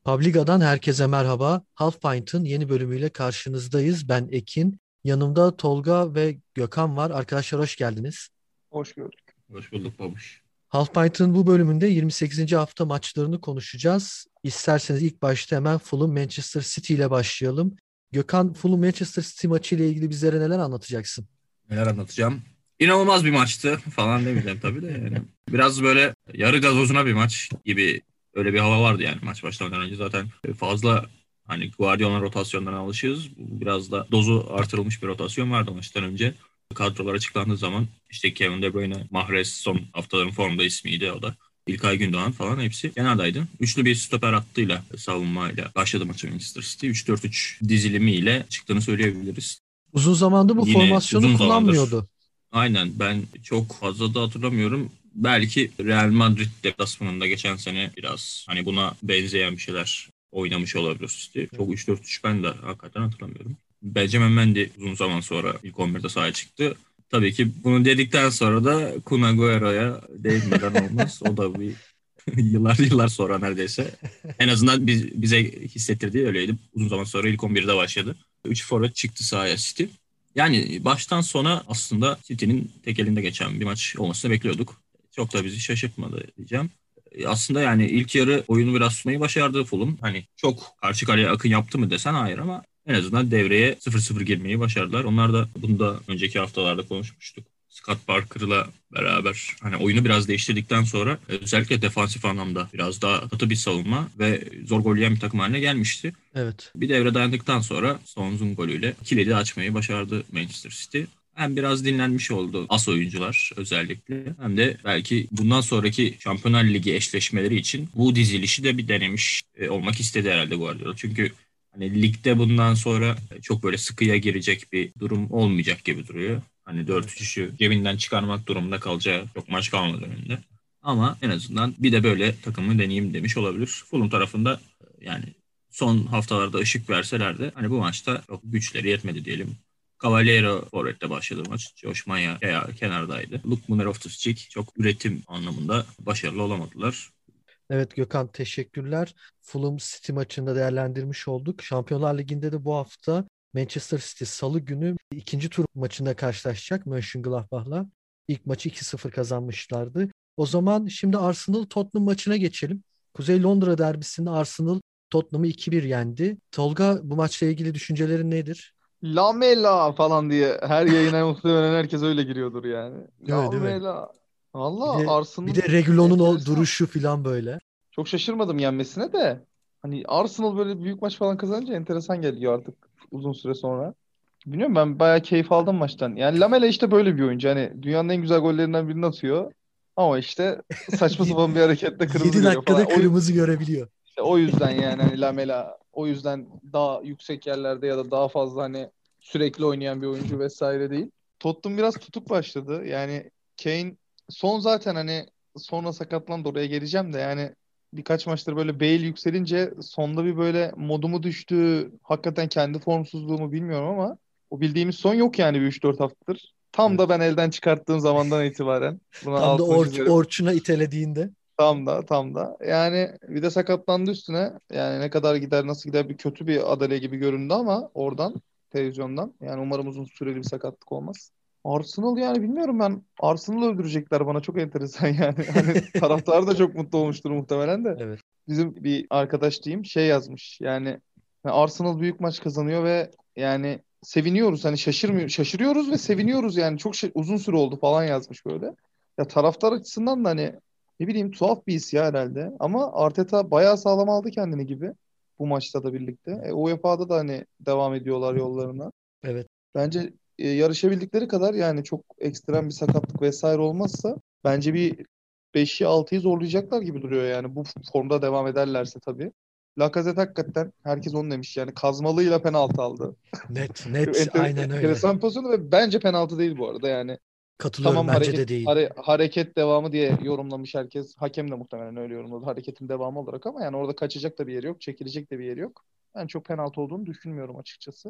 Publiga'dan herkese merhaba. Half Pint'ın yeni bölümüyle karşınızdayız. Ben Ekin. Yanımda Tolga ve Gökhan var. Arkadaşlar hoş geldiniz. Hoş gördük. Hoş bulduk babuş. Half Pint'ın bu bölümünde 28. hafta maçlarını konuşacağız. İsterseniz ilk başta hemen Fulham Manchester City ile başlayalım. Gökhan, Fulham Manchester City maçı ile ilgili bizlere neler anlatacaksın? Neler anlatacağım? İnanılmaz bir maçtı falan demeyeceğim tabii de yani. Biraz böyle yarı gazozuna bir maç gibi öyle bir hava vardı yani maç başlamadan önce zaten fazla hani Guardiola'nın rotasyonlarına alışığız. Biraz da dozu artırılmış bir rotasyon vardı maçtan önce. Kadrolar açıklandığı zaman işte Kevin De Bruyne, Mahrez son haftaların formda ismiydi o da. İlkay Gündoğan falan hepsi kenardaydı. Üçlü bir stoper hattıyla savunmayla başladı maçı Manchester City. 3-4-3 dizilimiyle çıktığını söyleyebiliriz. Uzun zamandır bu Yine formasyonu uzun zamandır. kullanmıyordu. Aynen ben çok fazla da hatırlamıyorum. Belki Real Madrid deplasmanında geçen sene biraz hani buna benzeyen bir şeyler oynamış olabilir City. Çok 3-4-3 ben de hakikaten hatırlamıyorum. Benjamin Mendy uzun zaman sonra ilk 11'de sahaya çıktı. Tabii ki bunu dedikten sonra da Kun Agüero'ya değinmeden olmaz. O da bir yıllar yıllar sonra neredeyse. En azından bize hissettirdiği öyleydi. Uzun zaman sonra ilk 11'de başladı. 3 forvet çıktı sahaya City. Yani baştan sona aslında City'nin tek elinde geçen bir maç olmasını bekliyorduk. Çok da bizi şaşırtmadı diyeceğim. Aslında yani ilk yarı oyunu biraz tutmayı başardı Fulham. Hani çok karşı kaleye akın yaptı mı desen hayır ama en azından devreye 0-0 girmeyi başardılar. Onlar da bunu da önceki haftalarda konuşmuştuk. Scott Parker'la beraber hani oyunu biraz değiştirdikten sonra özellikle defansif anlamda biraz daha katı bir savunma ve zor gol yiyen bir takım haline gelmişti. Evet. Bir devre dayandıktan sonra Stones'un golüyle kilidi açmayı başardı Manchester City. Hem biraz dinlenmiş oldu as oyuncular özellikle hem de belki bundan sonraki Şampiyonlar Ligi eşleşmeleri için bu dizilişi de bir denemiş olmak istedi herhalde Guardiola. Çünkü hani ligde bundan sonra çok böyle sıkıya girecek bir durum olmayacak gibi duruyor. Hani Evet. 4-3'ü cebinden çıkarmak durumunda kalacağı çok maç kalmadı önünde. Ama en azından bir de böyle takımı deneyeyim demiş olabilir. Fulham tarafında yani son haftalarda ışık verseler de hani bu maçta çok güçleri yetmedi diyelim. Cavaliero forvette başladı maç. Josh Maya kenardaydı. Lukman Loftus-Cheek çok üretim anlamında başarılı olamadılar. Evet Gökhan, teşekkürler. Fulham City maçında değerlendirmiş olduk. Şampiyonlar Ligi'nde de bu hafta Manchester City Salı günü ikinci tur maçında karşılaşacak Mönchengladbach'la. İlk maçı 2-0 kazanmışlardı. O zaman şimdi Arsenal Tottenham maçına geçelim. Kuzey Londra derbisinde Arsenal Tottenham'ı 2-1 yendi. Tolga, bu maçla ilgili düşüncelerin nedir? Lamela falan diye her yayına muhtemelen herkes öyle giriyordur yani. Değil mi, değil mi? Lamela. Bir Valla de bir Arsenal de Reguilon'un o enteresan. duruşu falan böyle. Çok şaşırmadım yenmesine de. Hani Arsenal böyle büyük maç falan kazanınca enteresan geliyor artık uzun süre sonra. Bilmiyorum, ben bayağı keyif aldım maçtan. Yani Lamela işte böyle bir oyuncu. Hani dünyanın en güzel gollerinden birini atıyor. Ama işte saçma sapan bir hareketle kırmızı 7 görüyor falan. dakikada kırmızı görebiliyor. İşte o yüzden yani hani Lamela o yüzden daha yüksek yerlerde ya da daha fazla hani sürekli oynayan bir oyuncu vesaire değil. Tottenham biraz tutuk başladı. Yani Kane son zaten hani sonra sakatlandı, oraya geleceğim de yani birkaç maçtır böyle Bale yükselince sonda bir böyle modumu düştü. Hakikaten kendi formsuzluğumu bilmiyorum ama o bildiğimiz son yok yani bir 3-4 haftadır. Tam da ben elden çıkarttığım zamandan itibaren. Buna Tam da altını çizerim. Orçun'a itelediğinde. Tam da. Yani bir de sakatlandı üstüne. Yani ne kadar gider nasıl gider bir kötü bir adale gibi göründü ama oradan televizyondan. Yani umarım uzun süreli bir sakatlık olmaz. Arsenal yani bilmiyorum ben. Arsenal'ı öldürecekler bana, çok enteresan yani. Hani taraftar da çok mutlu olmuştur muhtemelen de. Evet. Bizim bir arkadaş diyeyim şey yazmış. Yani Arsenal büyük maç kazanıyor ve yani seviniyoruz. Hani şaşırıyoruz ve seviniyoruz yani. Çok uzun süre oldu falan yazmış böyle. Ya taraftar açısından da hani ne bileyim tuhaf bir his ya herhalde. Ama Arteta bayağı sağlam aldı kendini gibi bu maçta da birlikte. UEFA'da da hani devam ediyorlar yollarına. Evet. Bence yarışabildikleri kadar yani çok ekstrem bir sakatlık vesaire olmazsa bence bir 5'i 6'yı zorlayacaklar gibi duruyor yani bu formda devam ederlerse tabii. Lacazette hakikaten herkes onu demiş yani kazmalıyla penaltı aldı. Net, Çok net, aynen öyle. enteresan bir pozisyon ve bence penaltı değil bu arada yani. Katılıyorum, Tamam, bence de değil. hareket devamı diye yorumlamış herkes. Hakem de muhtemelen öyle yorumladı. Hareketin devamı olarak ama yani orada kaçacak da bir yeri yok. Çekilecek de bir yeri yok. Ben çok penaltı olduğunu düşünmüyorum açıkçası.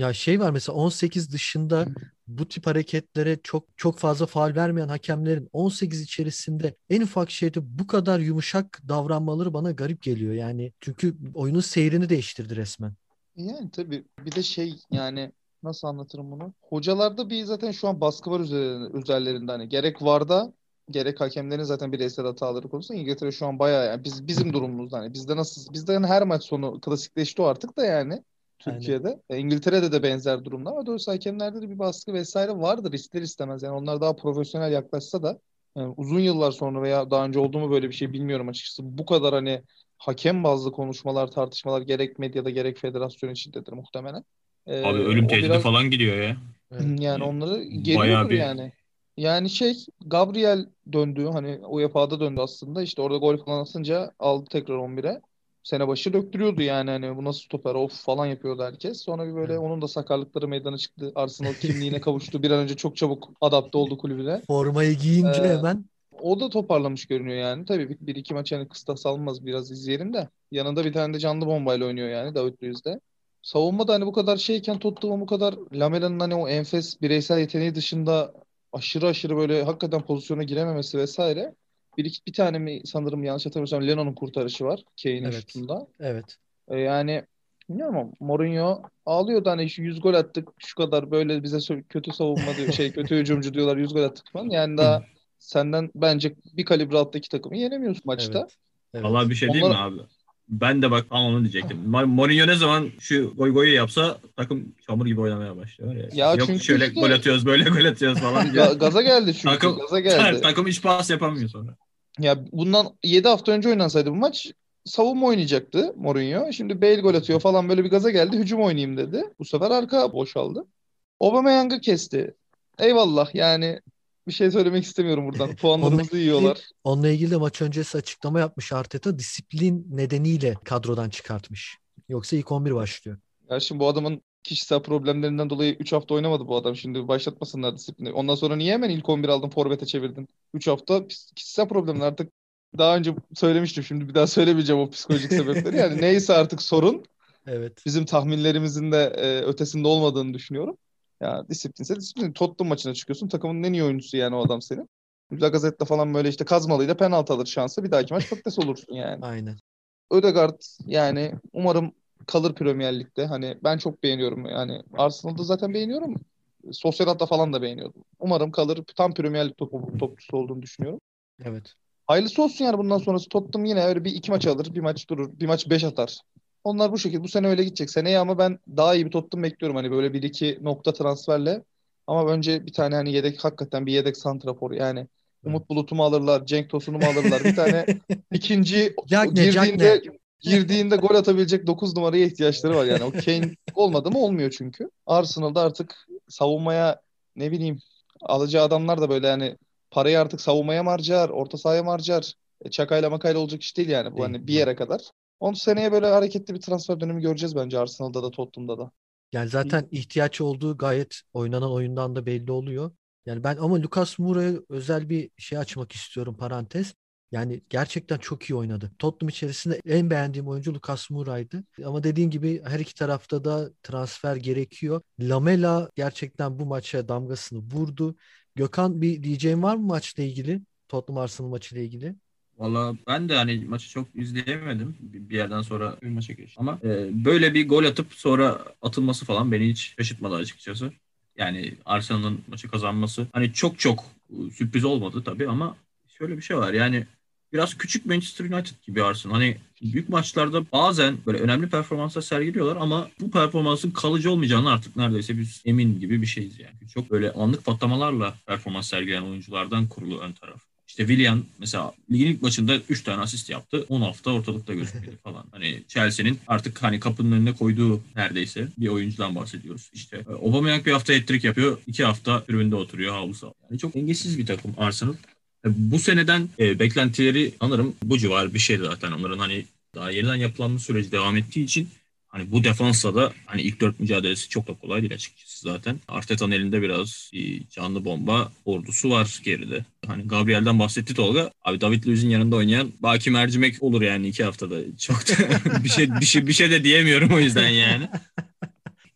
Ya şey var mesela 18 dışında bu tip hareketlere çok çok fazla faul vermeyen hakemlerin 18 içerisinde en ufak şeyde bu kadar yumuşak davranmaları bana garip geliyor. Yani çünkü oyunun seyrini değiştirdi resmen. Yani tabii bir de şey yani nasıl anlatırım bunu? Hocalarda bir zaten şu an baskı var üzerlerinde hani gerek VAR'da gerek hakemlerin zaten bireysel hataları konusunda İngiltere şu an bayağı yani bizim durumumuzda hani bizde yani her maç sonu klasikleşti o artık da yani Aynen. Türkiye'de. İngiltere'de de benzer durumlar ama doğrusu hakemlerde de bir baskı vesaire vardır ister istemez. Yani onlar daha profesyonel yaklaşsa da yani uzun yıllar sonra veya daha önce oldu mu böyle bir şey bilmiyorum açıkçası. Bu kadar hani hakem bazlı konuşmalar, tartışmalar gerek medyada gerek federasyon içindedir muhtemelen. Abi ölüm O tehdidi biraz falan gidiyor ya. Evet. yani Hani onları bayağı geriyordur bir yani. Yani şey Gabriel döndü hani UEFA'da döndü aslında işte orada gol falan atınca aldı tekrar 11'e. Sene başı döktürüyordu yani hani bu nasıl stoper of falan yapıyordu herkes. Sonra bir böyle Evet. onun da sakarlıkları meydana çıktı. Arsenal kimliğine kavuştu. Bir an önce çok çabuk adapte oldu kulübüne. Formayı giyince Ee, hemen O da toparlamış görünüyor yani. Tabii bir iki maç yani kıstas almaz biraz izleyelim de. Yanında bir tane de canlı bombayla oynuyor yani David Luiz de. Savunma da hani bu kadar şeyken Tottenham bu kadar Lamela'nın hani o enfes bireysel yeteneği dışında aşırı aşırı böyle hakikaten pozisyona girememesi vesaire. Bir tane mi sanırım yanlış hatırlamıyorsam Lennon'un kurtarışı var Kane'in evet. şutunda. Evet. Yani bilmiyorum ama Mourinho ağlıyordu hani şu 100 gol attık şu kadar böyle bize kötü savunma diyor şey kötü hücumcu diyorlar 100 gol attık falan. Yani daha senden bence bir kalibre alttaki takımı yenemiyorsun maçta. Evet. Vallahi Evet. bir şey diyeyim mi Onlar abi? Ben de bak tam onu diyecektim. Mourinho ne zaman şu goy goyu yapsa takım çamur gibi oynamaya başlıyor. Ya. ya Yok çünkü şöyle gol işte atıyoruz böyle gol atıyoruz falan diyor. gaza geldi çünkü Takım gaza geldi. takım hiç pas yapamıyor sonra. Ya bundan 7 hafta önce oynansaydı bu maç savunma oynayacaktı Mourinho. Şimdi Bale gol atıyor falan böyle bir gaza geldi. Hücum oynayayım dedi. Bu sefer arka boşaldı. Aubameyang'ı kesti. Eyvallah yani bir şey söylemek istemiyorum buradan. Onunla Puanlarımızı ilgili, yiyorlar. onunla ilgili de maç öncesi açıklama yapmış Arteta. Disiplin nedeniyle kadrodan çıkartmış. Yoksa ilk 11 başlıyor. Ya şimdi bu adamın kişisel problemlerinden dolayı 3 hafta oynamadı bu adam. Şimdi başlatmasınlar disiplini. Ondan sonra niye hemen ilk 11 aldın forvete çevirdin? 3 hafta kişisel problemler artık daha önce söylemiştim. Şimdi bir daha söylemeyeceğim o psikolojik sebepleri. Yani neyse artık sorun Evet. bizim tahminlerimizin de ötesinde olmadığını düşünüyorum. Ya disiplinse disiplin. Tottenham maçına çıkıyorsun. Takımın en iyi oyuncusu yani o adam senin. Lacazette falan böyle işte kazmalıyla penaltı alır şansı. Bir dahaki maç patates olursun yani. Aynen. Ödegaard yani umarım kalır Premier Lig'de. Hani ben çok beğeniyorum. Yani Arsenal'da zaten beğeniyorum. Sociedad'da falan da beğeniyordum. Umarım kalır. Tam Premier Lig topçusu olduğunu düşünüyorum. Evet. Hayırlısı olsun yani bundan sonrası Tottenham yine öyle bir iki maç alır, bir maç durur, bir maç beş atar. Onlar bu şekilde bu sene öyle gidecek. Seneye ama ben daha iyi bir Tottenham bekliyorum hani böyle bir iki nokta transferle. Ama önce bir tane hani yedek hakikaten bir yedek santrafor yani Evet. Umut Bulut'u mu alırlar, Cenk Tosun'u mu alırlar? Bir tane ikinci Jack ne? Jack ne? girdiğinde gol atabilecek 9 numaraya ihtiyaçları var yani. O Kane olmadı mı olmuyor çünkü. Arsenal'da artık savunmaya ne bileyim alacağı adamlar da böyle yani parayı artık savunmaya mı harcar, orta sahaya mı harcar? Çakayla makayla olacak iş değil yani bu Değil. hani bir Değil. yere kadar. 10 seneye böyle hareketli bir transfer dönemi göreceğiz bence Arsenal'da da Tottenham'da da. Yani zaten ihtiyaç olduğu gayet oynanan oyundan da belli oluyor. Yani ben ama Lucas Moura'ya özel bir şey açmak istiyorum parantez. Yani gerçekten çok iyi oynadı. Tottenham içerisinde en beğendiğim oyuncu Lucas Moura'ydı. Ama dediğin gibi her iki tarafta da transfer gerekiyor. Lamela gerçekten bu maça damgasını vurdu. Gökhan bir diyeceğin var mı maçla ilgili? Tottenham Arsenal maçıyla ilgili? Valla ben de hani maçı çok izleyemedim. Bir yerden sonra bir maça geçtim. Ama böyle bir gol atıp sonra atılması falan beni hiç şaşırtmadı açıkçası. Yani Arsenal'ın maçı kazanması hani çok çok sürpriz olmadı tabii ama şöyle bir şey var. Yani biraz küçük Manchester United gibi Arsenal. Hani büyük maçlarda bazen böyle önemli performanslar sergiliyorlar ama bu performansın kalıcı olmayacağını artık neredeyse biz emin gibi bir şeyiz yani. Çok böyle anlık patlamalarla performans sergileyen oyunculardan kurulu ön taraf. İşte Willian mesela ligin ilk maçında 3 tane asist yaptı. 10 hafta ortalıkta gözükmedi falan. Hani Chelsea'nin artık hani kapının önüne koyduğu neredeyse bir oyuncudan bahsediyoruz. İşte Aubameyang bir hafta hat-trick yapıyor. 2 hafta tribünde oturuyor havlu sahada. Yani çok dengesiz bir takım Arsenal. Bu seneden beklentileri sanırım bu civar bir şey zaten. Onların hani daha yeniden yapılanma süreci devam ettiği için hani bu defansla da hani ilk dört mücadelesi çok da kolay değil açıkçası zaten. Arteta'nın elinde biraz canlı bomba ordusu var geride. Hani Gabriel'den bahsetti Tolga. Abi David Luiz'in yanında oynayan Baki Mercimek olur yani 2 haftada. Çok da bir şey de diyemiyorum o yüzden yani.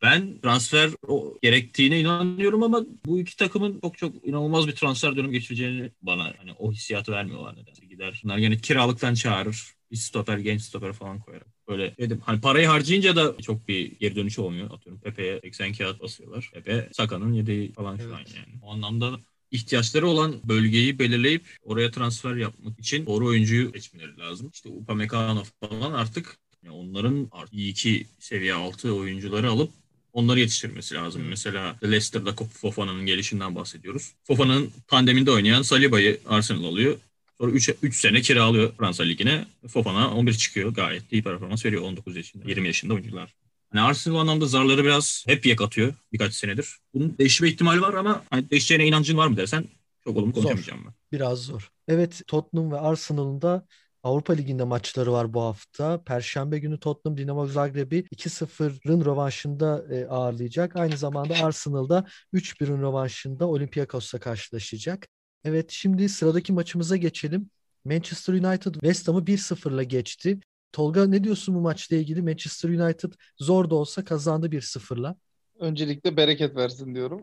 Ben transfer gerektiğine inanıyorum ama bu iki takımın çok inanılmaz bir transfer dönemi geçireceğini bana hani o hissiyatı vermiyorlar nedense. Gider. Bunlar gene kiralıktan çağırır. Bir stoper, genç stoper falan koyar. Böyle dedim. Hani parayı harcayınca da çok bir geri dönüşü olmuyor. Atıyorum Pepe'ye 80 kağıt basıyorlar. Pepe Saka'nın yedeği falan şu an yani. O anlamda ihtiyaçları olan bölgeyi belirleyip oraya transfer yapmak için doğru oyuncuyu seçmeleri lazım. İşte Upamecano falan artık onların iyi iki seviye altı oyuncuları alıp onları yetiştirmesi lazım. Mesela Leicester'da Fofana'nın gelişinden bahsediyoruz. Fofana'nın tandeminde oynayan Saliba'yı Arsenal alıyor. Sonra 3 sene kiralıyor Fransa Ligi'ne. Fofana 11 çıkıyor. Gayet iyi performans veriyor 19 yaşında, 20 yaşında oyuncular. Hani Arsenal anlamda zarları biraz hep yek atıyor birkaç senedir. Bunun değişme ihtimali var ama hani değişeceğine inancın var mı dersen çok olumlu konuşamayacağım ben. Biraz zor. Evet, Tottenham ve Arsenal'ın da Avrupa Ligi'nde maçları var bu hafta. Perşembe günü Tottenham Dinamo Zagreb'i 2-0'ın rövanşında ağırlayacak. Aynı zamanda Arsenal'da 3-1'in rövanşında Olympiakos'la karşılaşacak. Evet, şimdi sıradaki maçımıza geçelim. Manchester United West Ham'ı 1-0'la geçti. Tolga, ne diyorsun bu maçla ilgili? Manchester United zor da olsa kazandı 1-0'la. Öncelikle bereket versin diyorum.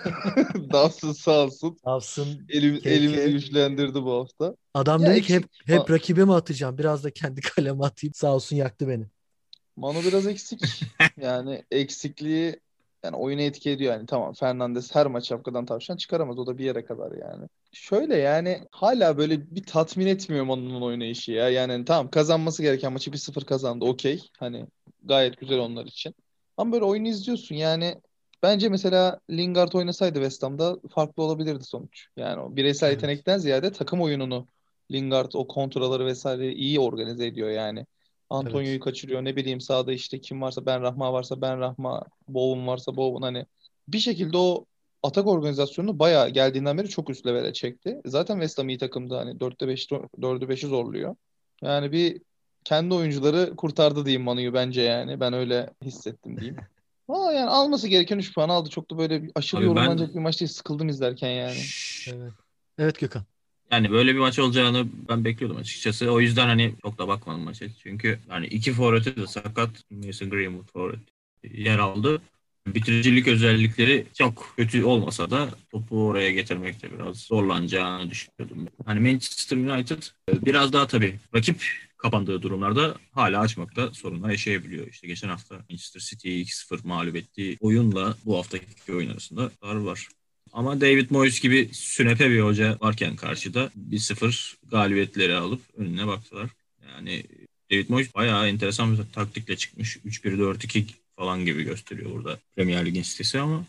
Dawson sağ olsun. Alsın Elimizi KK. güçlendirdi bu hafta. Adam Ya dedi ki hep eksik. hep rakibe mi atacağım? Biraz da kendi kaleme atayım. Sağ olsun, yaktı beni. Manu biraz eksik. Yani eksikliği yani oyunu etki ediyor yani. Tamam, Fernandes her maç şapkadan tavşan çıkaramaz. O da bir yere kadar yani. Şöyle yani hala böyle bir tatmin etmiyor Manu'nun oynayışı ya. Yani tamam, kazanması gereken maçı 1-0 kazandı. Okey. Hani gayet güzel onlar için. Ama böyle oyunu izliyorsun yani. Bence mesela Lingard oynasaydı West Ham'da farklı olabilirdi sonuç. Yani o bireysel Evet. yetenekten ziyade takım oyununu Lingard o kontraları vesaire iyi organize ediyor yani. Evet. Antonio'yu kaçırıyor. Ne bileyim, sağda işte kim varsa, Ben Rahma varsa Ben Rahma, Bowen varsa Bowen, hani bir şekilde o atak organizasyonunu bayağı geldiğinden beri çok üst levele çekti. Zaten West Ham iyi takımdı, hani 4'te 5 4'ü 5'i zorluyor. Yani bir kendi oyuncuları kurtardı diyeyim Manu'yu bence yani. Ben öyle hissettim diyeyim. Ama yani alması gereken 3 puan aldı. Çok da böyle aşırı Abi ben yorumlanacak bir maç değil. Sıkıldım izlerken yani. Evet. Evet Gökhan. yani böyle bir maç olacağını ben bekliyordum açıkçası. O yüzden hani çok da bakmadım maça. Çünkü hani iki forveti de sakat. Mason Greenwood forvet yer aldı. Bitiricilik özellikleri çok kötü olmasa da topu oraya getirmekte biraz zorlanacağını düşünüyordum. Hani Manchester United biraz daha tabii rakip kapandığı durumlarda hala açmakta sorunlar yaşayabiliyor. İşte geçen hafta Manchester City'yi 2-0 mağlup ettiği oyunla bu haftaki oyun arasında fark var. Ama David Moyes gibi sünepe bir hoca varken karşıda 1-0 galibiyetleri alıp önüne baktılar. Yani David Moyes bayağı enteresan bir taktikle çıkmış. 3-1-4-2 falan gibi gösteriyor burada Premier Lig'in sitesi ama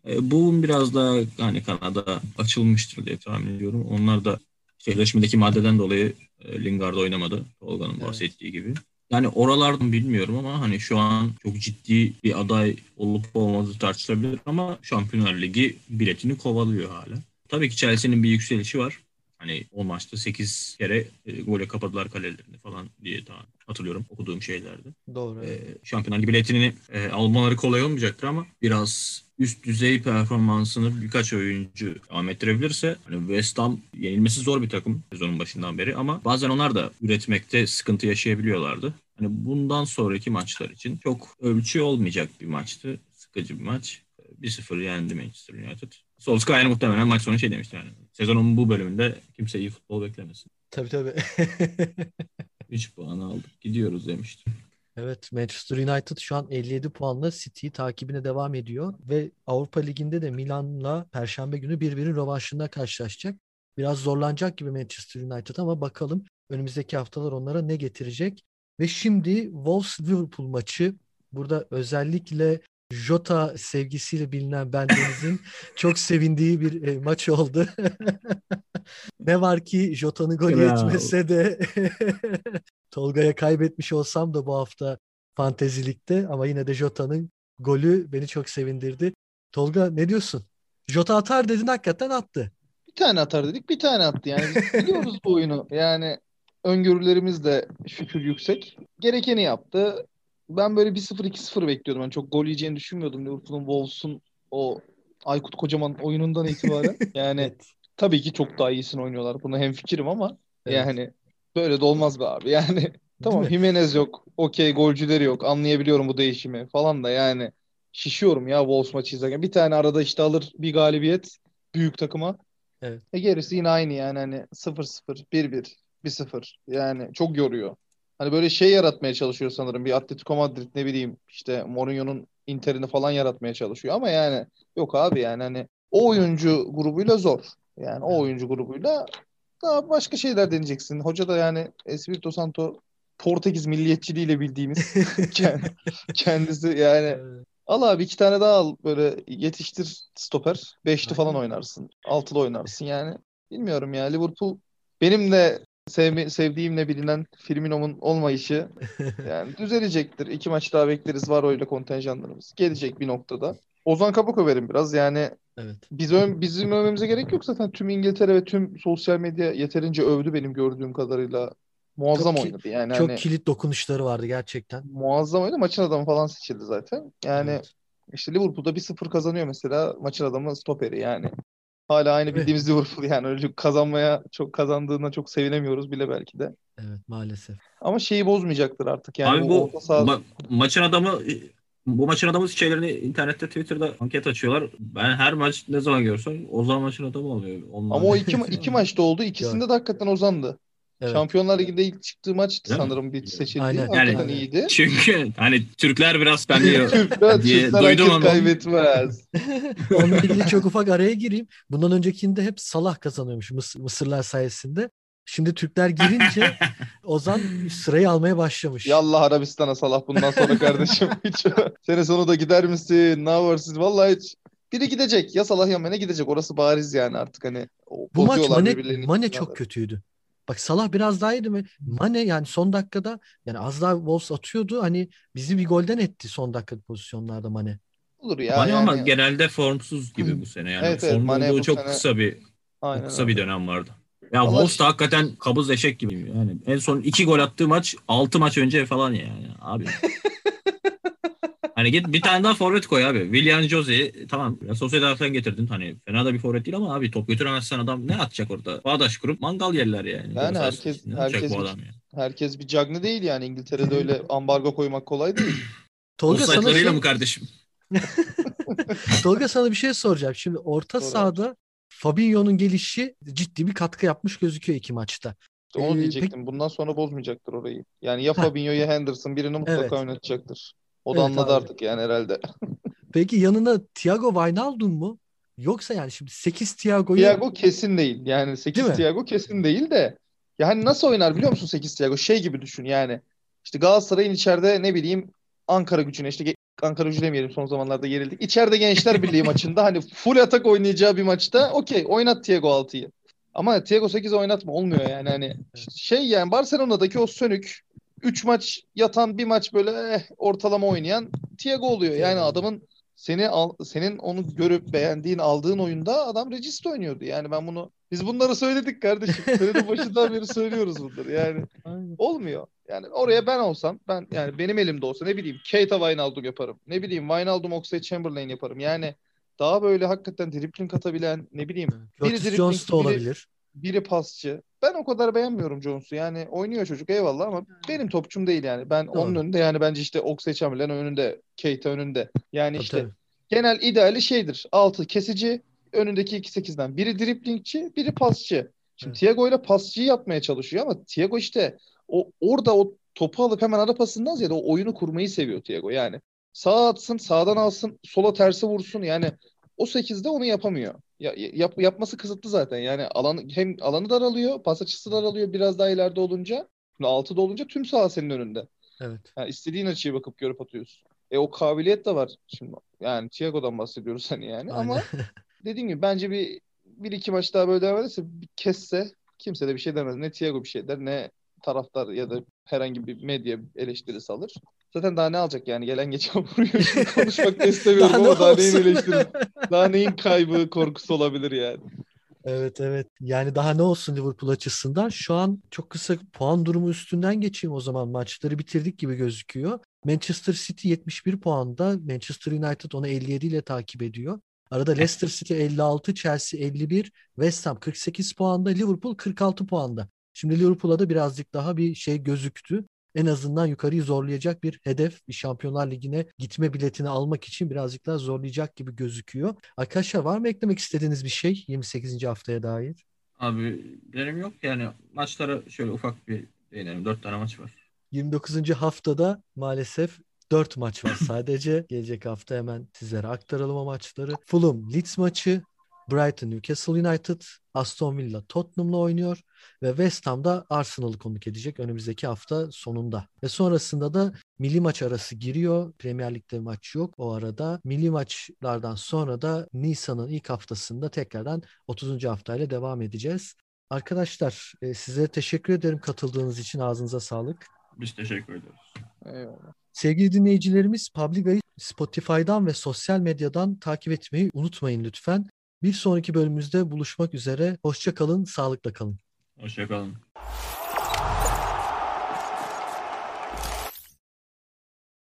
bu biraz daha hani Kanada açılmıştır diye tahmin ediyorum. Onlar da sözleşmedeki maddeden dolayı Lingard oynamadı. Tolga'nın Evet. bahsettiği gibi. Yani oralardan bilmiyorum ama hani şu an çok ciddi bir aday olup olmadığı tartışılabilir ama Şampiyonlar Ligi biletini kovalıyor hala. Tabii ki Chelsea'nin bir yükselişi var. Hani o maçta 8 kere gole kapadılar kalelerini falan diye hatırlıyorum okuduğum şeylerde. Doğru, evet. Şampiyonlar Ligi biletini almaları kolay olmayacaktır ama biraz üst düzey performansını birkaç oyuncu devam ettirebilirse hani West Ham yenilmesi zor bir takım sezonun başından beri ama bazen onlar da üretmekte sıkıntı yaşayabiliyorlardı. Hani bundan sonraki maçlar için çok ölçü olmayacak bir maçtı. Sıkıcı bir maç. 1-0 yendi Manchester United. Solskjaer muhtemelen maç sonu şey demişti yani. Sezonun bu bölümünde kimse iyi futbol beklemesin. Tabii tabii. 3 puan aldık gidiyoruz demişti. Evet, Manchester United şu an 57 puanla City'yi takibine devam ediyor ve Avrupa Ligi'nde de Milan'la Perşembe günü birbirinin rövanşında karşılaşacak. Biraz zorlanacak gibi Manchester United ama bakalım önümüzdeki haftalar onlara ne getirecek. Ve şimdi Wolves-Liverpool maçı. Burada özellikle Jota sevgisiyle bilinen bendenizin çok sevindiği bir maç oldu. Ne var ki Jota'nın golü Kral. yetmese de Tolga'ya kaybetmiş olsam da bu hafta Fantezilik'te ama yine de Jota'nın golü beni çok sevindirdi. Tolga, ne diyorsun? Jota atar dedin, hakikaten attı. Bir tane atar dedik, bir tane attı. Yani biz biliyoruz bu oyunu. Yani öngörülerimiz de şükür yüksek. Gerekeni yaptı. Ben böyle 1-0 2-0 bekliyordum. Ben çok gol yiyeceğini düşünmüyordum Liverpool'un, Wolves'un o Aykut Kocaman oyunundan itibaren. Yani Evet. tabii ki çok daha iyisini oynuyorlar. Buna hemfikirim ama Evet. yani böyle de olmaz be abi. Yani Değil tamam, mi? Jimenez yok. Okey, golcüleri yok. Anlayabiliyorum bu değişimi falan da yani. şişiyorum ya Wolves maçı izlerken. Bir tane arada işte alır bir galibiyet büyük takıma. Evet. Gerisi yine aynı yani hani 0-0, 1-1, 1-0. Yani çok yoruyor. Hani böyle şey yaratmaya çalışıyor sanırım. Bir Atletico Madrid ne bileyim işte Mourinho'nun Inter'ini falan yaratmaya çalışıyor ama yani yok abi yani hani o oyuncu grubuyla zor. Yani o Evet. oyuncu grubuyla daha başka şeyler deneyeceksin. Hoca da yani Espirito Santo Portekiz milliyetçiliğiyle bildiğimiz kendisi yani Evet. al abi iki tane daha al böyle yetiştir stoper. Beşli falan Aynen. oynarsın. Altılı oynarsın yani. Bilmiyorum ya Liverpool benim de sevdiğimle bilinen Firmino'nun olmayışı yani düzelecektir. İki maç daha bekleriz var öyle kontenjanlarımız. Gelecek bir noktada. Ozan Kabak överim biraz yani Evet. bizim övmemize gerek yok zaten tüm İngiltere ve tüm sosyal medya yeterince övdü benim gördüğüm kadarıyla. Çok Muazzam ki, oynadı yani çok hani kilit dokunuşları vardı gerçekten. muazzam oynadı. Maçın adamı falan seçildi zaten. Yani Evet. işte Liverpool'da 1-0 kazanıyor mesela maçın adamı stoperi yani. Hala aynı Değil mi? bildiğimiz Liverpool yani öyle kazanmaya çok kazandığına çok sevinemiyoruz bile belki de. Evet, maalesef. Ama şeyi bozmayacaktır artık yani Abi bu bu orta saha. maçın adamı bu maçın adamı şeylerini internette Twitter'da anket açıyorlar. Ben her maç ne zaman görsem o zaman maçın adamı oluyor. Ama Onlar o iki maçta oldu. Gör. İkisinde de hakikaten Ozan'dı. Evet. Şampiyonlar Ligi'nde ilk çıktığı maçtı değil mi? sanırım bir Biliyorum. seçildiği. Aynen. Yani Hakikaten Aynen. iyiydi. çünkü hani Türkler biraz penliyor diye Türkler duydum anket ama kaybetmez. Onunla ilgili çok ufak araya gireyim. Bundan öncekinde hep Salah kazanıyormuş Mısırlar sayesinde. Şimdi Türkler girince Ozan sırayı almaya başlamış. Yallah Arabistan'a Salah bundan sonra kardeşim. Hiç sene sonu da gider misin? Ne yaparsın? Vallahi hiç. Biri gidecek. Ya Salah ya Mane gidecek. Orası bariz yani artık hani Bu maç bozuyorlar Mane, birbirlerinin Mane çok istikrarları. kötüydü. Bak Salah biraz daha iyiydi mi? Mane yani son dakikada yani az daha Wolves atıyordu. Hani bizi bir golden etti son dakika pozisyonlarda Mane. Olur ya Mane ama yani. genelde formsuz gibi bu sene. Yani Evet evet formda Mane olduğu bu çok sene aynen kısa bir öyle. dönem vardı. Ya Valla Wolves da hakikaten kabız eşek gibi. Yani en son 2 gol attığı maç 6 maç önce falan yani. Abi hani git bir tane daha forvet koy abi. Willian Jose'yi tamam ya Sociedad'dan getirdin. Hani fena da bir forvet değil ama abi top götüremezsen adam ne atacak orada? Bağdaş kurup mangal yerler yani. Ceza yani sahasının herkes içinde. Ne yapacak herkes bu bir adam yani? herkes bir Cagney değil yani İngiltere'de öyle ambargo koymak kolay değil. Tolga sana Offside'larıyla mı şey kardeşim? Tolga sana bir şey soracağım. Şimdi orta Doğru abi. sahada Fabinho'nun gelişi ciddi bir katkı yapmış gözüküyor iki maçta. İşte onu Peki, diyecektim. Bundan sonra bozmayacaktır orayı. Yani ya ha, Fabinho ya Henderson birini mutlaka evet. oynatacaktır. O da Evet anladı abi. artık yani herhalde. Peki yanına Thiago Wijnaldum mu? Yoksa yani şimdi 8 Thiago'yu Thiago kesin değil. Yani değil 8 mi? Thiago kesin değil de yani nasıl oynar biliyor musun 8 Thiago? Şey gibi düşün yani. İşte Galatasaray'ın içeride ne bileyim Ankara Gücü'ne işte Ankara Gücü demeyelim son zamanlarda yenildik. İçeride Gençler Birliği maçında hani full atak oynayacağı bir maçta okey oynat Thiago 6'yı. Ama Thiago 8'i oynatma olmuyor yani hani Evet. şey yani Barcelona'daki o sönük 3 maç yatan bir maç böyle ortalama oynayan Thiago oluyor. Yani Thiago oluyor. adamın senin onu görüp beğendiğin aldığın oyunda adam regist oynuyordu. Yani biz bunları söyledik kardeşim. Senenin başından beri söylüyoruz bunları. Yani Aynen. olmuyor. Yani oraya ben olsam ben yani benim elimde olsa ne bileyim Keita Wijnaldum yaparım. Ne bileyim Wijnaldum Oxlade-Chamberlain yaparım. Yani daha böyle hakikaten dribbling atabilen ne bileyim Evet. biri Curtis Jones da dribblingçi olabilir. biri pasçı. Ben o kadar beğenmiyorum Jones'u. Yani oynuyor çocuk eyvallah ama benim topçum değil yani. Ben onun Doğru. önünde yani bence işte Oxlade-Chamberlain önünde, Keita önünde. Yani Tabii işte tabii. genel ideali şeydir. Altı kesici, önündeki iki sekizden biri driblingçi, biri pasçı. Şimdi Evet. Thiago ile pasçıyı yapmaya çalışıyor ama Thiago işte orada o topu alıp hemen ara pasından ziyade o oyunu kurmayı seviyor Thiago. Yani sağa atsın, sağdan alsın, sola tersi vursun. Yani o sekizde onu yapamıyor. Yapması kısıtlı zaten. Yani hem alanı daralıyor, pas açısı daralıyor biraz daha ileride olunca. Şimdi 6'da olunca tüm saha senin önünde. Evet. Yani istediğin açıyı bakıp görüp atıyorsun. O kabiliyet de var şimdi. Yani Thiago'dan bahsediyoruz hani yani Aynen. ama dediğim gibi bence bir iki maç daha böyle devam ederse bir kesse kimse de bir şey demez. Ne Thiago bir şey der ne taraftar ya da herhangi bir medya eleştirisi alır. Zaten daha ne alacak yani gelen geçen vuruyor. Şimdi konuşmak da istemiyorum Daha ne ama daha neyin olsun? eleştirisi, daha neyin kaybı korkusu olabilir yani. Evet evet. Yani daha ne olsun Liverpool açısından? Şu an çok kısa puan durumu üstünden geçeyim o zaman. Maçları bitirdik gibi gözüküyor. Manchester City 71 puanda. Manchester United onu 57 ile takip ediyor. Arada Leicester City 56, Chelsea 51, West Ham 48 puanda, Liverpool 46 puanda. Şimdi Liverpool'a da birazcık daha bir şey gözüktü. en azından yukarıyı zorlayacak bir hedef, bir Şampiyonlar Ligi'ne gitme biletini almak için birazcık daha zorlayacak gibi gözüküyor. Arkadaşlar var mı eklemek istediğiniz bir şey 28. haftaya dair? Abi benim yok yani, maçlara şöyle ufak bir değinelim. 4 tane maç var. 29. haftada maalesef 4 maç var sadece. Gelecek hafta hemen sizlere aktaralım o maçları. Fulham Leeds maçı, Brighton Newcastle United, Aston Villa Tottenham'la oynuyor ve West Ham da Arsenal'ı konuk edecek önümüzdeki hafta sonunda. Ve sonrasında da milli maç arası giriyor. Premier Lig'de maç yok o arada. Milli maçlardan sonra da Nisan'ın ilk haftasında tekrardan 30. haftayla devam edeceğiz. Arkadaşlar size teşekkür ederim katıldığınız için. Ağzınıza sağlık. Biz teşekkür ederiz. Eyvallah. Sevgili dinleyicilerimiz, Publica'yı Spotify'dan ve sosyal medyadan takip etmeyi unutmayın lütfen. Bir sonraki bölümümüzde buluşmak üzere. Hoşça kalın, sağlıkla kalın. Hoşça kalın.